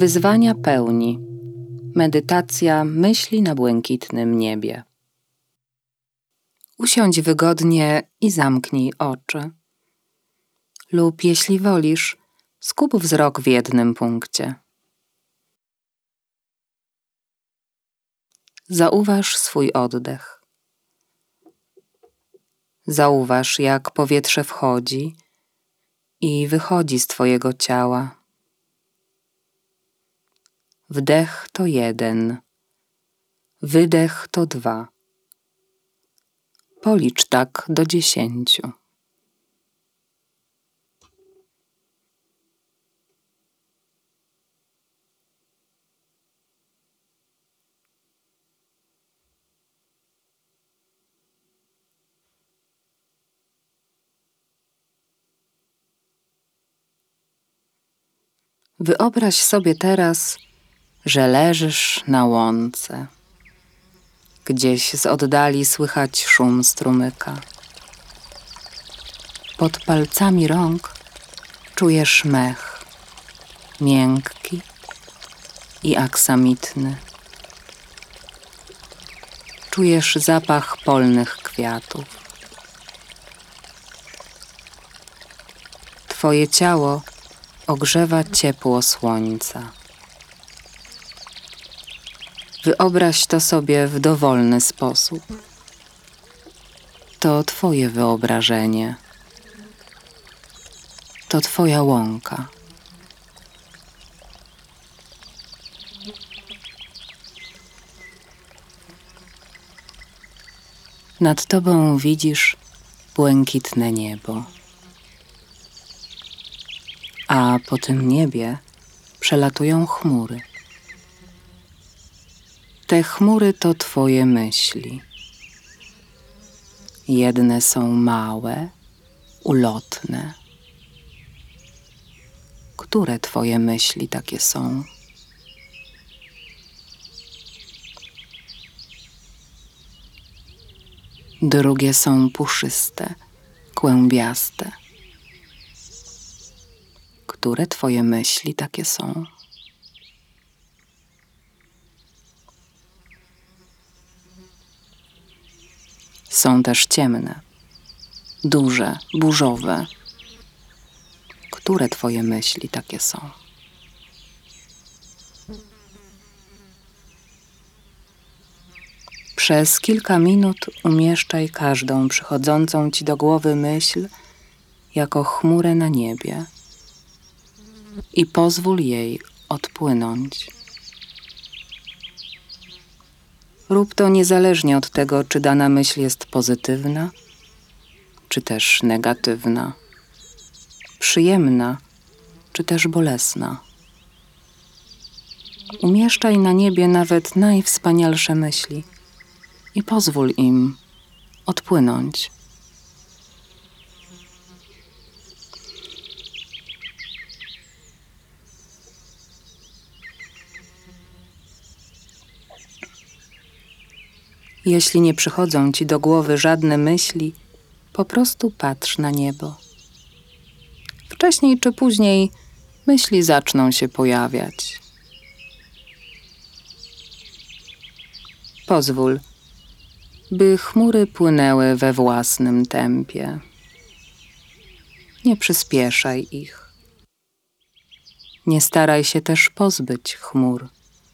Wyzwania pełni. Medytacja myśli na błękitnym niebie. Usiądź wygodnie i zamknij oczy. Lub jeśli wolisz, skup wzrok w jednym punkcie. Zauważ swój oddech. Zauważ, jak powietrze wchodzi i wychodzi z twojego ciała. Wdech to 1, wydech to 2. Policz tak do 10. Wyobraź sobie teraz, że leżysz na łące. Gdzieś z oddali słychać szum strumyka. Pod palcami rąk czujesz mech, miękki i aksamitny. Czujesz zapach polnych kwiatów. Twoje ciało ogrzewa ciepło słońca. Wyobraź to sobie w dowolny sposób. To twoje wyobrażenie. To twoja łąka. Nad tobą widzisz błękitne niebo. A po tym niebie przelatują chmury. Te chmury to twoje myśli. Jedne są małe, ulotne. Które twoje myśli takie są? Drugie są puszyste, kłębiaste. Które twoje myśli takie są? Są też ciemne, duże, burzowe. Które twoje myśli takie są? Przez kilka minut umieszczaj każdą przychodzącą ci do głowy myśl jako chmurę na niebie i pozwól jej odpłynąć. Rób to niezależnie od tego, czy dana myśl jest pozytywna, czy też negatywna, przyjemna, czy też bolesna. Umieszczaj na niebie nawet najwspanialsze myśli i pozwól im odpłynąć. Jeśli nie przychodzą ci do głowy żadne myśli, po prostu patrz na niebo. Wcześniej czy później myśli zaczną się pojawiać. Pozwól, by chmury płynęły we własnym tempie. Nie przyspieszaj ich. Nie staraj się też pozbyć chmur,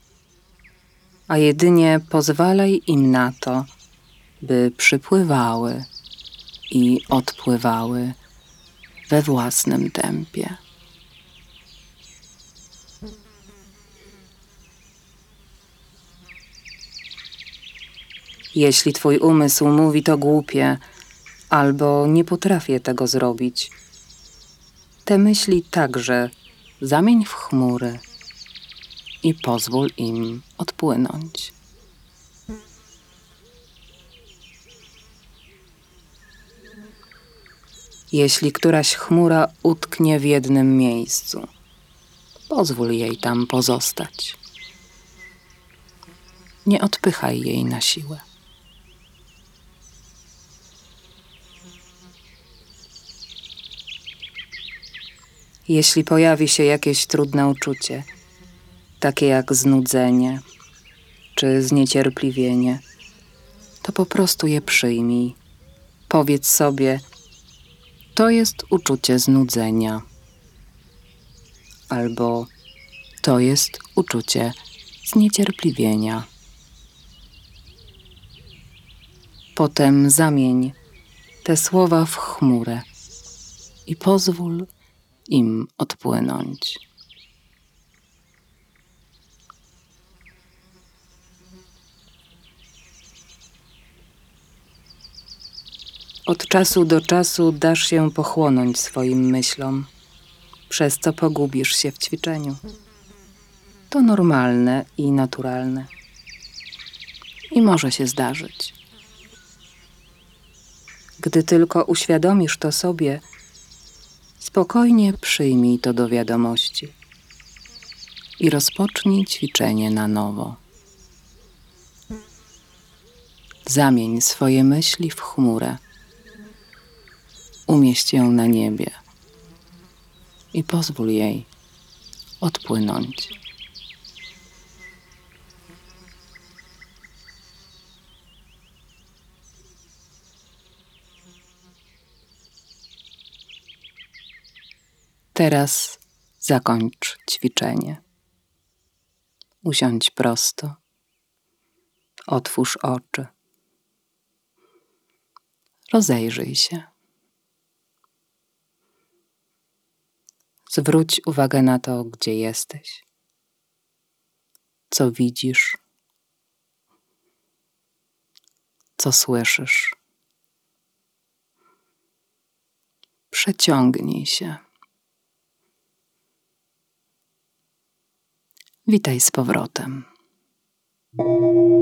a jedynie pozwalaj im na to, by przypływały i odpływały we własnym tempie. Jeśli twój umysł mówi to głupie, albo nie potrafię tego zrobić, te myśli także zamień w chmury i pozwól im odpłynąć. Jeśli któraś chmura utknie w jednym miejscu, pozwól jej tam pozostać. Nie odpychaj jej na siłę. Jeśli pojawi się jakieś trudne uczucie, takie jak znudzenie czy zniecierpliwienie, to po prostu je przyjmij. Powiedz sobie, to jest uczucie znudzenia, albo to jest uczucie zniecierpliwienia. Potem zamień te słowa w chmurę i pozwól im odpłynąć. Od czasu do czasu dasz się pochłonąć swoim myślom, przez co pogubisz się w ćwiczeniu. To normalne i naturalne. I może się zdarzyć. Gdy tylko uświadomisz to sobie, spokojnie przyjmij to do wiadomości i rozpocznij ćwiczenie na nowo. Zamień swoje myśli w chmurę. Umieść ją na niebie i pozwól jej odpłynąć. Teraz zakończ ćwiczenie. Usiądź prosto. Otwórz oczy. Rozejrzyj się. Zwróć uwagę na to, gdzie jesteś, co widzisz, co słyszysz. Przeciągnij się. Witaj z powrotem.